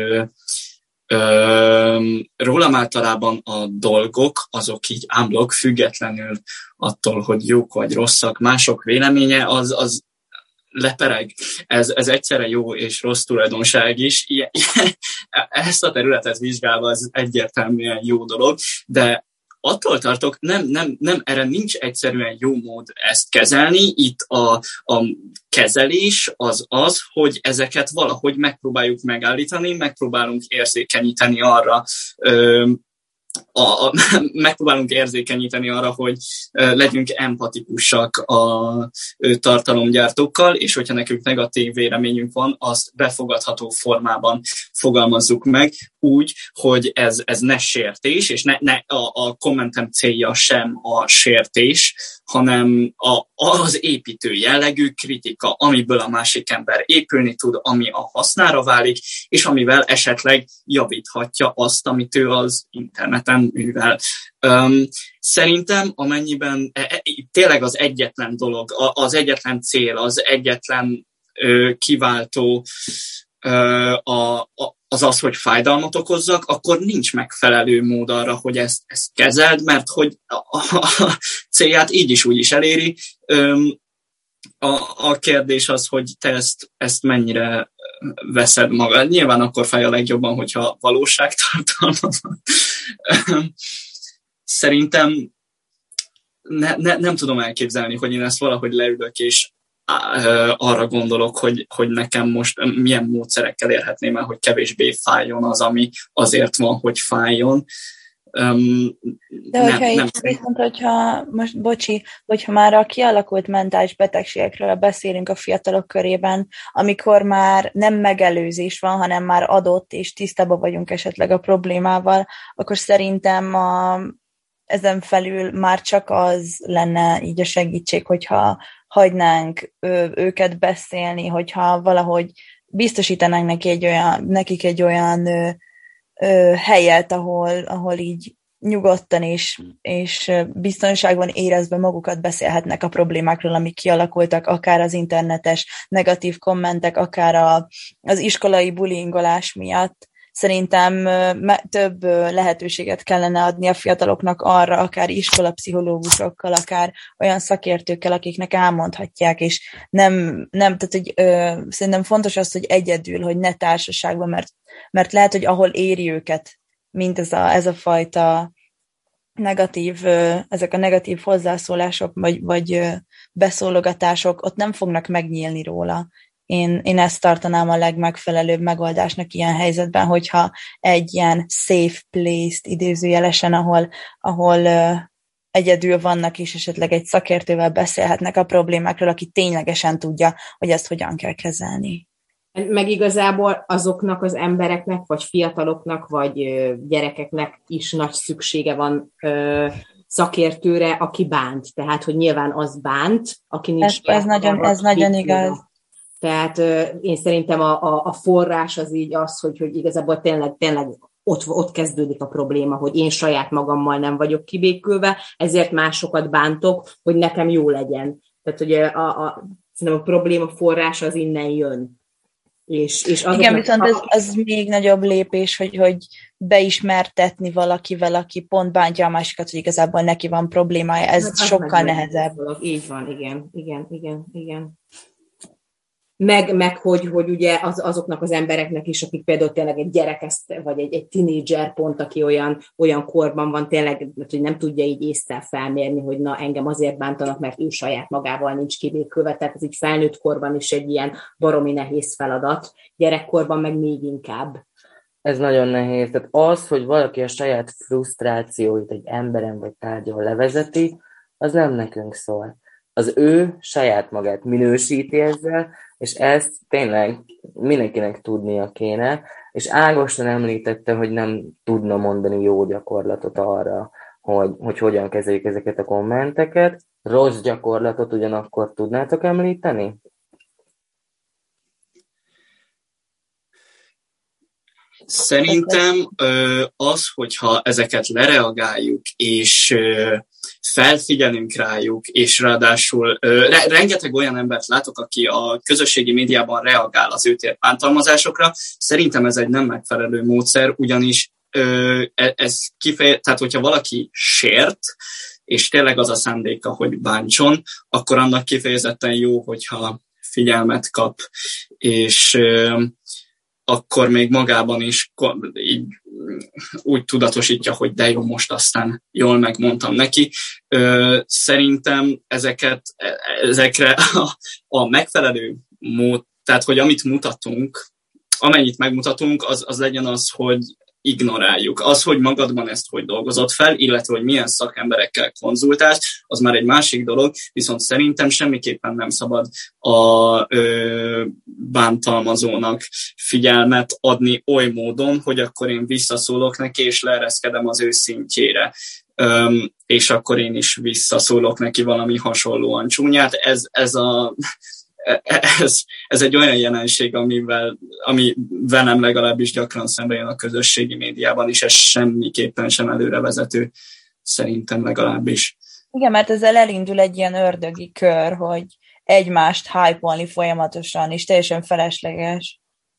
[SPEAKER 7] rólam általában a dolgok, azok így ámblok, függetlenül attól, hogy jók vagy rosszak, mások véleménye, az lepereg. Ez egyszerre jó és rossz tulajdonság is. Ezt a területet vizsgálva ez egyértelműen jó dolog, de attól tartok, nem, erre nincs egyszerűen jó mód ezt kezelni. Itt a kezelés az, hogy ezeket valahogy megpróbáljuk megállítani, megpróbálunk érzékenyíteni arra, hogy legyünk empatikusak a tartalomgyártókkal, és hogyha nekünk negatív véleményünk van, azt befogadható formában fogalmazzuk meg, úgy, hogy ez ne sértés, és ne a kommentem célja sem a sértés, hanem az építő jellegű kritika, amiből a másik ember épülni tud, ami a hasznára válik, és amivel esetleg javíthatja azt, amit ő az interneten művel. Szerintem amennyiben tényleg az egyetlen dolog, az egyetlen cél, az egyetlen kiváltó az, hogy fájdalmat okozzak, akkor nincs megfelelő mód arra, hogy ezt kezeld, mert hogy a célját így is úgy is eléri. A kérdés az, hogy te ezt mennyire veszed magad. Nyilván akkor fáj a legjobban, hogyha valóságtartalma van. Szerintem nem tudom elképzelni, hogy én ezt valahogy leülök, és arra gondolok, hogy nekem most milyen módszerekkel érhetném el, hogy kevésbé fájjon az, ami azért van, hogy fájjon.
[SPEAKER 6] De hogyha már a kialakult mentális betegségekről beszélünk a fiatalok körében, amikor már nem megelőzés van, hanem már adott, és tisztában vagyunk esetleg a problémával, akkor szerintem ezen felül már csak az lenne így a segítség, hogyha hagynánk őket beszélni, hogyha valahogy biztosítanánk nekik egy olyan helyet, ahol így nyugodtan és biztonságban érezve magukat beszélhetnek a problémákról, amik kialakultak, akár az internetes negatív kommentek, akár az iskolai bullyingolás miatt. Szerintem több lehetőséget kellene adni a fiataloknak arra, akár iskolapszichológusokkal, akár olyan szakértőkkel, akiknek elmondhatják, és tehát, hogy szerintem fontos az, hogy egyedül, hogy ne társaságban, mert lehet, hogy ahol éri őket, mint ez a fajta negatív, ezek a negatív hozzászólások, vagy beszólogatások, ott nem fognak megnyílni róla. Én ezt tartanám a legmegfelelőbb megoldásnak ilyen helyzetben, hogyha egy ilyen safe place-t idézőjelesen, ahol egyedül vannak, és esetleg egy szakértővel beszélhetnek a problémákról, aki ténylegesen tudja, hogy ezt hogyan kell kezelni.
[SPEAKER 8] Meg igazából azoknak az embereknek, vagy fiataloknak, vagy gyerekeknek is nagy szüksége van szakértőre, aki bánt. Tehát, hogy nyilván az bánt, aki nincs...
[SPEAKER 6] Ez nagyon igaz.
[SPEAKER 8] Tehát én szerintem a forrás az így az, hogy igazából tényleg ott kezdődik a probléma, hogy én saját magammal nem vagyok kibékülve, ezért másokat bántok, hogy nekem jó legyen. Tehát, hogy szerintem a probléma forrás az innen jön. És
[SPEAKER 6] igen, viszont ez még nagyobb lépés, hogy beismertetni valakivel, aki pont bántja a másikat, hogy igazából neki van problémája. Ez sokkal nehezebb.
[SPEAKER 8] Így van, igen. Meg hogy ugye azoknak az embereknek is, akik például tényleg egy gyerek, vagy egy tinédzser pont, aki olyan korban van tényleg, hogy nem tudja így észre felmérni, hogy na engem azért bántanak, mert ő saját magával nincs kibékülve, tehát ez így felnőtt korban is egy ilyen baromi nehéz feladat, gyerekkorban meg még inkább.
[SPEAKER 3] Ez nagyon nehéz. Tehát az, hogy valaki a saját frusztrációit egy emberen vagy tárgyon levezeti, az nem nekünk szól. Az ő saját magát minősíti ezzel, és ezt tényleg mindenkinek tudnia kéne, és Ágoston említette, hogy nem tudna mondani jó gyakorlatot arra, hogy hogyan kezeljük ezeket a kommenteket. Rossz gyakorlatot ugyanakkor tudnátok említeni?
[SPEAKER 7] Szerintem az, hogyha ezeket lereagáljuk, és felfigyelünk rájuk, és ráadásul rengeteg olyan embert látok, aki a közösségi médiában reagál az őtért bántalmazásokra. Szerintem ez egy nem megfelelő módszer, ugyanis tehát hogyha valaki sért, és tényleg az a szándéka, hogy bántson, akkor annak kifejezetten jó, hogyha figyelmet kap, és akkor még magában is így úgy tudatosítja, hogy de jó, most aztán jól megmondtam neki. Szerintem ezekre a megfelelő mód, tehát hogy amit mutatunk, amennyit megmutatunk, az legyen az, hogy ignoráljuk. Az, hogy magadban ezt hogy dolgozott fel, illetve hogy milyen szakemberekkel konzultálsz, az már egy másik dolog, viszont szerintem semmiképpen nem szabad a bántalmazónak figyelmet adni oly módon, hogy akkor én visszaszólok neki, és leereszkedem az ő szintjére. És akkor én is visszaszólok neki valami hasonlóan csúnyát. Ez egy olyan jelenség, amivel velem legalábbis gyakran szembe jön a közösségi médiában, és ez semmiképpen sem előrevezető, szerintem legalábbis.
[SPEAKER 6] Igen, mert ezzel elindul egy ilyen ördögi kör, hogy egymást hype-olni folyamatosan, és teljesen felesleges.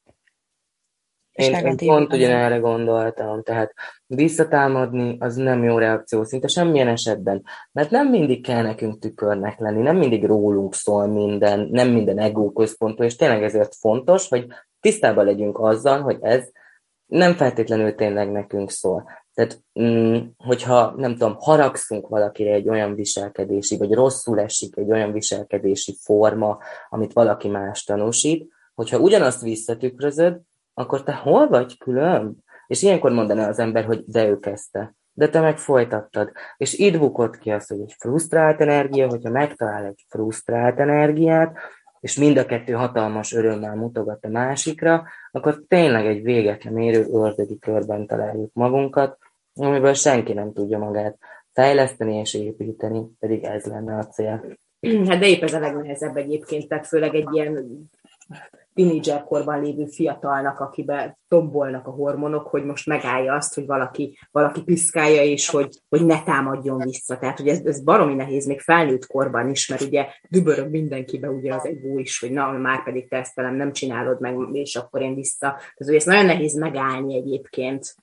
[SPEAKER 3] Én pont ugyanerre gondoltam, tehát visszatámadni az nem jó reakció, szinte semmilyen esetben, mert nem mindig kell nekünk tükörnek lenni, nem mindig rólunk szól minden, nem minden ego központú, és tényleg ezért fontos, hogy tisztában legyünk azzal, hogy ez nem feltétlenül tényleg nekünk szól. Tehát, hogyha, nem tudom, haragszunk valakire egy olyan viselkedési, vagy rosszul esik egy olyan viselkedési forma, amit valaki más tanúsít, hogyha ugyanazt visszatükrözöd, akkor te hol vagy külön? És ilyenkor mondaná az ember, hogy de ő kezdte, de te meg folytattad. És itt bukott ki az, hogy egy frusztrált energia, hogyha megtalál egy frusztrált energiát, és mind a kettő hatalmas örömmel mutogat a másikra, akkor tényleg egy véget nem érő ördögi körben találjuk magunkat, amiből senki nem tudja magát fejleszteni és építeni, pedig ez lenne a cél.
[SPEAKER 8] Hát de épp ez a legnehezebb egyébként, tehát főleg egy ilyen tínédzserkorban lévő fiatalnak, akiben tombolnak a hormonok, hogy most megállja azt, hogy valaki piszkálja, és hogy ne támadjon vissza. Tehát, hogy ez baromi nehéz még felnőtt korban is, mert ugye dübörög mindenkibe ugye az egó is, hogy na, már pedig te ezt velem nem csinálod meg, és akkor én vissza. Tehát, ezt nagyon nehéz megállni egyébként.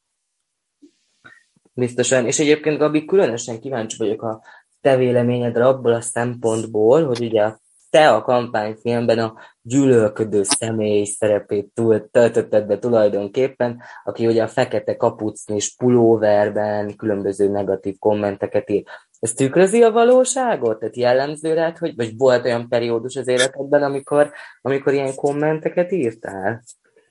[SPEAKER 3] Biztosan, és egyébként, Gabi, különösen kíváncsi vagyok a te véleményedre abból a szempontból, hogy ugye te a kampányfilmben a gyűlölködő személy szerepét töltötted be tulajdonképpen, aki ugye a fekete kapucnis pulóverben különböző negatív kommenteket ír. Ez tükrözi a valóságot? Tehát jellemző rád, vagy volt olyan periódus az életedben, amikor ilyen kommenteket írtál?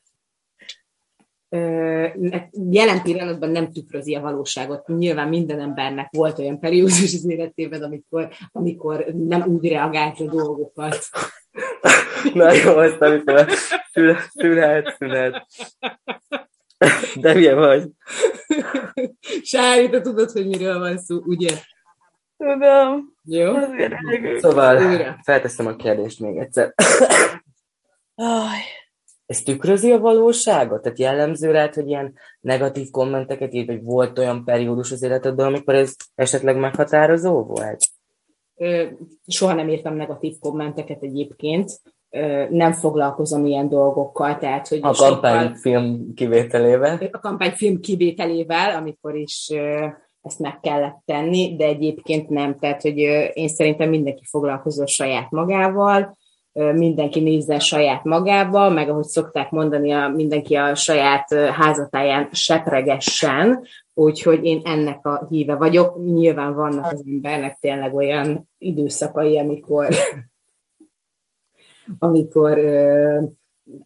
[SPEAKER 8] Jelen pillanatban nem tükrözi a valóságot. Nyilván minden embernek volt olyan periódus az életében, amikor nem úgy reagált a dolgokat.
[SPEAKER 3] Na jó, azt amikor szület. De milyen vagy?
[SPEAKER 8] Sári, te tudod, hogy miről van szó, ugye?
[SPEAKER 6] Tudom.
[SPEAKER 8] Jó?
[SPEAKER 3] Szóval felteszem a kérdést még egyszer. Ez tükrözi a valóságot? Tehát jellemző rád, hogy ilyen negatív kommenteket írt, vagy volt olyan periódus az életedben, amikor ez esetleg meghatározó volt?
[SPEAKER 8] Soha nem írtam negatív kommenteket egyébként. Nem foglalkozom ilyen dolgokkal. Tehát, hogy
[SPEAKER 3] a kampányfilm kivételével?
[SPEAKER 8] A kampányfilm kivételével, amikor is ezt meg kellett tenni, de egyébként nem. Tehát, hogy én szerintem mindenki foglalkozó saját magával, mindenki nézzen saját magába, meg ahogy szokták mondani, mindenki a saját házatáján sepregessen, úgyhogy én ennek a híve vagyok. Nyilván vannak az embernek tényleg olyan időszakai, amikor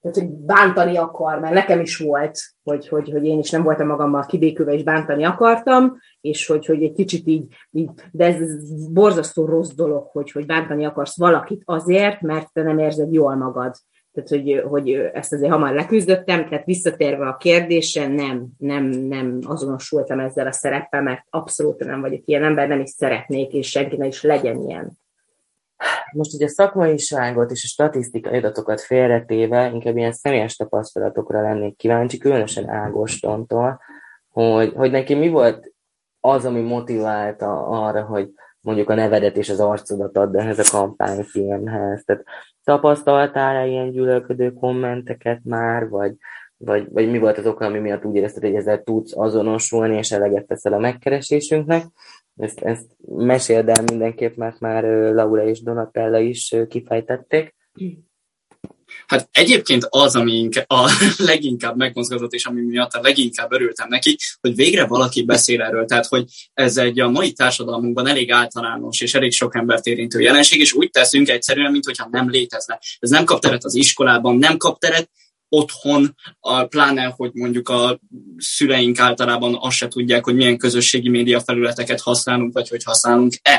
[SPEAKER 8] tehát, hogy bántani akar, mert nekem is volt, hogy én is nem voltam magammal kibékülve, és bántani akartam, és hogy egy kicsit így, de ez borzasztó rossz dolog, hogy bántani akarsz valakit azért, mert te nem érzed jól magad. Tehát, hogy ezt azért hamar leküzdöttem, tehát visszatérve a kérdésre, nem azonosultam ezzel a szereppel, mert abszolút nem vagyok ilyen ember, nem is szeretnék, és senki ne is legyen ilyen.
[SPEAKER 3] Most ugye a szakmaiságot és a statisztikai adatokat félretéve, inkább ilyen személyes tapasztalatokra lennék kíváncsi, különösen Ágostontól, hogy neki mi volt az, ami motiválta arra, hogy mondjuk a nevedet és az arcodat add ehhez a kampányfilmhez. Tehát tapasztaltál-e ilyen gyűlölködő kommenteket már, vagy mi volt az oka, ami miatt úgy érezted, hogy ezzel tudsz azonosulni, és eleget teszel a megkeresésünknek? Ezt meséld el mindenképp, mert már Laura és Donatella is kifejtették.
[SPEAKER 7] Hát egyébként az, ami a leginkább megmozgatott, és ami miatt a leginkább örültem neki, hogy végre valaki beszél erről. Tehát, hogy ez egy a mai társadalmunkban elég általános és elég sok embert érintő jelenség, és úgy teszünk egyszerűen, mintha nem létezne. Ez nem kap teret az iskolában, nem kap teret otthon, pláne, hogy mondjuk a szüleink általában azt se tudják, hogy milyen közösségi média felületeket használunk, vagy hogy használunk-e.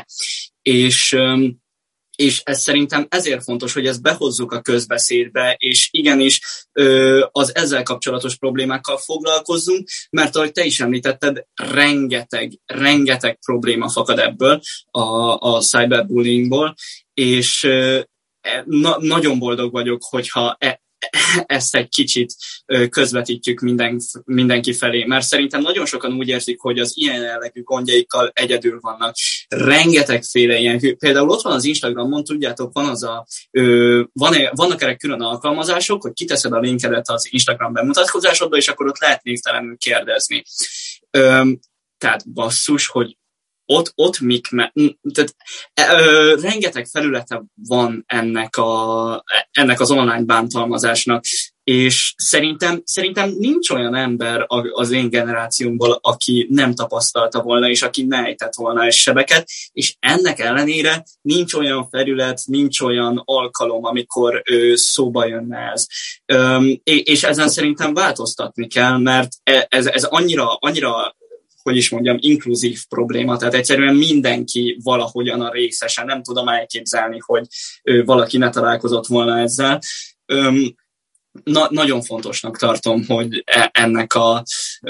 [SPEAKER 7] És ez szerintem ezért fontos, hogy ezt behozzuk a közbeszédbe, és igenis az ezzel kapcsolatos problémákkal foglalkozzunk, mert ahogy te is említetted, rengeteg probléma fakad ebből a cyberbullyingból, és nagyon boldog vagyok, hogyha ezt egy kicsit közvetítjük mindenki felé, mert szerintem nagyon sokan úgy érzik, hogy az ilyen jellegű gondjaikkal egyedül vannak. Rengetegféle ilyen, például ott van az Instagramon, tudjátok, vannak erre külön alkalmazások, hogy kiteszed a linkedet az Instagram bemutatkozásodba, és akkor ott lehet névtelenül kérdezni. Tehát basszus, hogy ott tehát rengeteg felülete van ennek az online bántalmazásnak, és szerintem nincs olyan ember az én generációmból, aki nem tapasztalta volna, és aki ne ejtett volna egy sebeket, és ennek ellenére nincs olyan felület, nincs olyan alkalom, amikor szóba jönne ez. És ezen szerintem változtatni kell, mert ez annyira hogy is mondjam, inkluzív probléma, tehát egyszerűen mindenki valahogyan a részese, nem tudom elképzelni, hogy valaki ne találkozott volna ezzel. Nagyon fontosnak tartom, hogy ennek a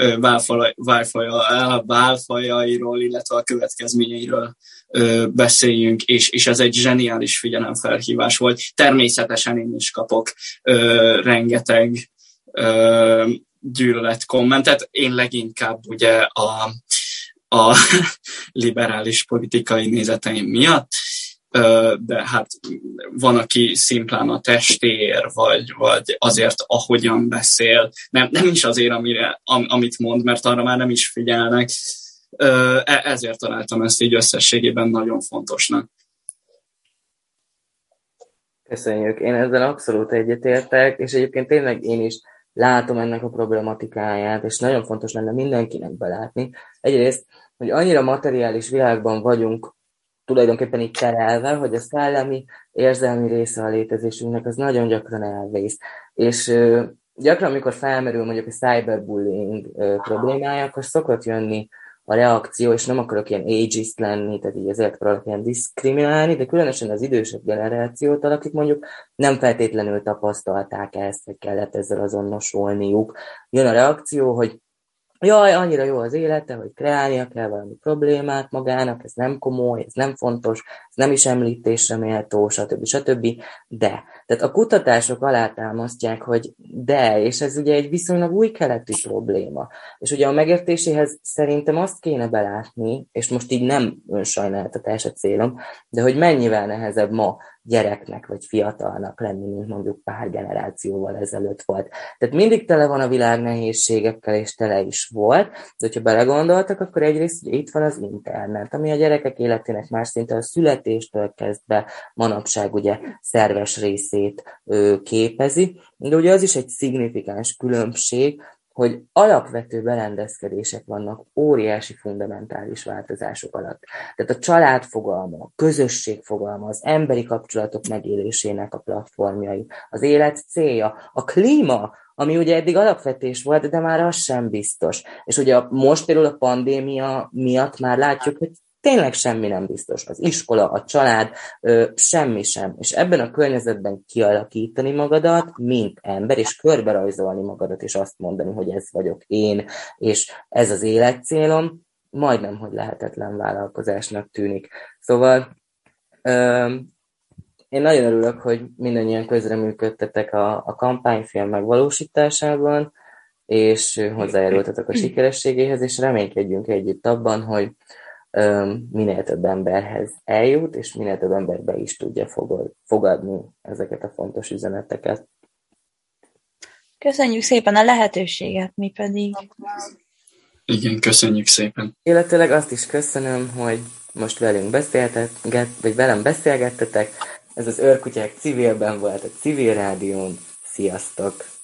[SPEAKER 7] válfajairól, illetve a következményeiről beszéljünk, és ez egy zseniális figyelemfelhívás volt. Természetesen én is kapok rengeteg gyűlölet kommentet. Én leginkább ugye a liberális politikai nézeteim miatt, de hát van, aki szimplán a testéért, vagy azért, ahogyan beszél, nem is azért, amit mond, mert arra már nem is figyelnek. Ezért találtam ezt így összességében nagyon fontosnak.
[SPEAKER 3] Köszönjük. Én ezzel abszolút egyetértek, és egyébként tényleg én is látom ennek a problematikáját, és nagyon fontos lenne mindenkinek belátni. Egyrészt, hogy annyira materiális világban vagyunk tulajdonképpen így terelve, hogy a szellemi, érzelmi része a létezésünknek az nagyon gyakran elvész. És gyakran, amikor felmerül mondjuk a cyberbullying problémája, akkor szokott jönni a reakció, és nem akarok ilyen ageist lenni, tehát így ezért akarok ilyen diszkriminálni, de különösen az idősebb generációtól, akik mondjuk nem feltétlenül tapasztalták ezt, vagy kellett ezzel azonosulniuk. Jön a reakció, hogy jaj, annyira jó az élete, hogy kreálnia kell valami problémát magának, ez nem komoly, ez nem fontos, ez nem is említésre méltó, stb. De. Tehát a kutatások alátámasztják, hogy de, és ez ugye egy viszonylag új keletű probléma. És ugye a megértéséhez szerintem azt kéne belátni, és most így nem önsajnáltatás a célom, de hogy mennyivel nehezebb ma gyereknek vagy fiatalnak lenni, mint mondjuk pár generációval ezelőtt volt. Tehát mindig tele van a világ nehézségekkel, és tele is volt, de hogyha belegondoltak, akkor egyrészt ugye itt van az internet, ami a gyerekek életének más szinte a születéstől kezdve manapság ugye szerves részét képezi, de ugye az is egy szignifikáns különbség, hogy alapvető berendezkedések vannak óriási fundamentális változások alatt. Tehát a család fogalma, a közösség fogalma, az emberi kapcsolatok megélésének a platformjai, az élet célja, a klíma, ami ugye eddig alapvetés volt, de már az sem biztos. És ugye most például a pandémia miatt már látjuk, hogy tényleg semmi nem biztos. Az iskola, a család, semmi sem. És ebben a környezetben kialakítani magadat, mint ember, és körberajzolni magadat, és azt mondani, hogy ez vagyok én, és ez az életcélom, majdnem, hogy lehetetlen vállalkozásnak tűnik. Szóval én nagyon örülök, hogy mindannyian közreműködtetek a kampányfilm megvalósításában, és hozzájárultatok a sikerességéhez, és reménykedjünk együtt abban, hogy minél több emberhez eljut, és minél több ember be is tudja fogadni ezeket a fontos üzeneteket.
[SPEAKER 6] Köszönjük szépen a lehetőséget, mi pedig.
[SPEAKER 7] Igen, köszönjük szépen.
[SPEAKER 3] Illetőleg azt is köszönöm, hogy most velem beszélgettetek. Ez az Őrkutyák civilben volt a Civil Rádión. Sziasztok!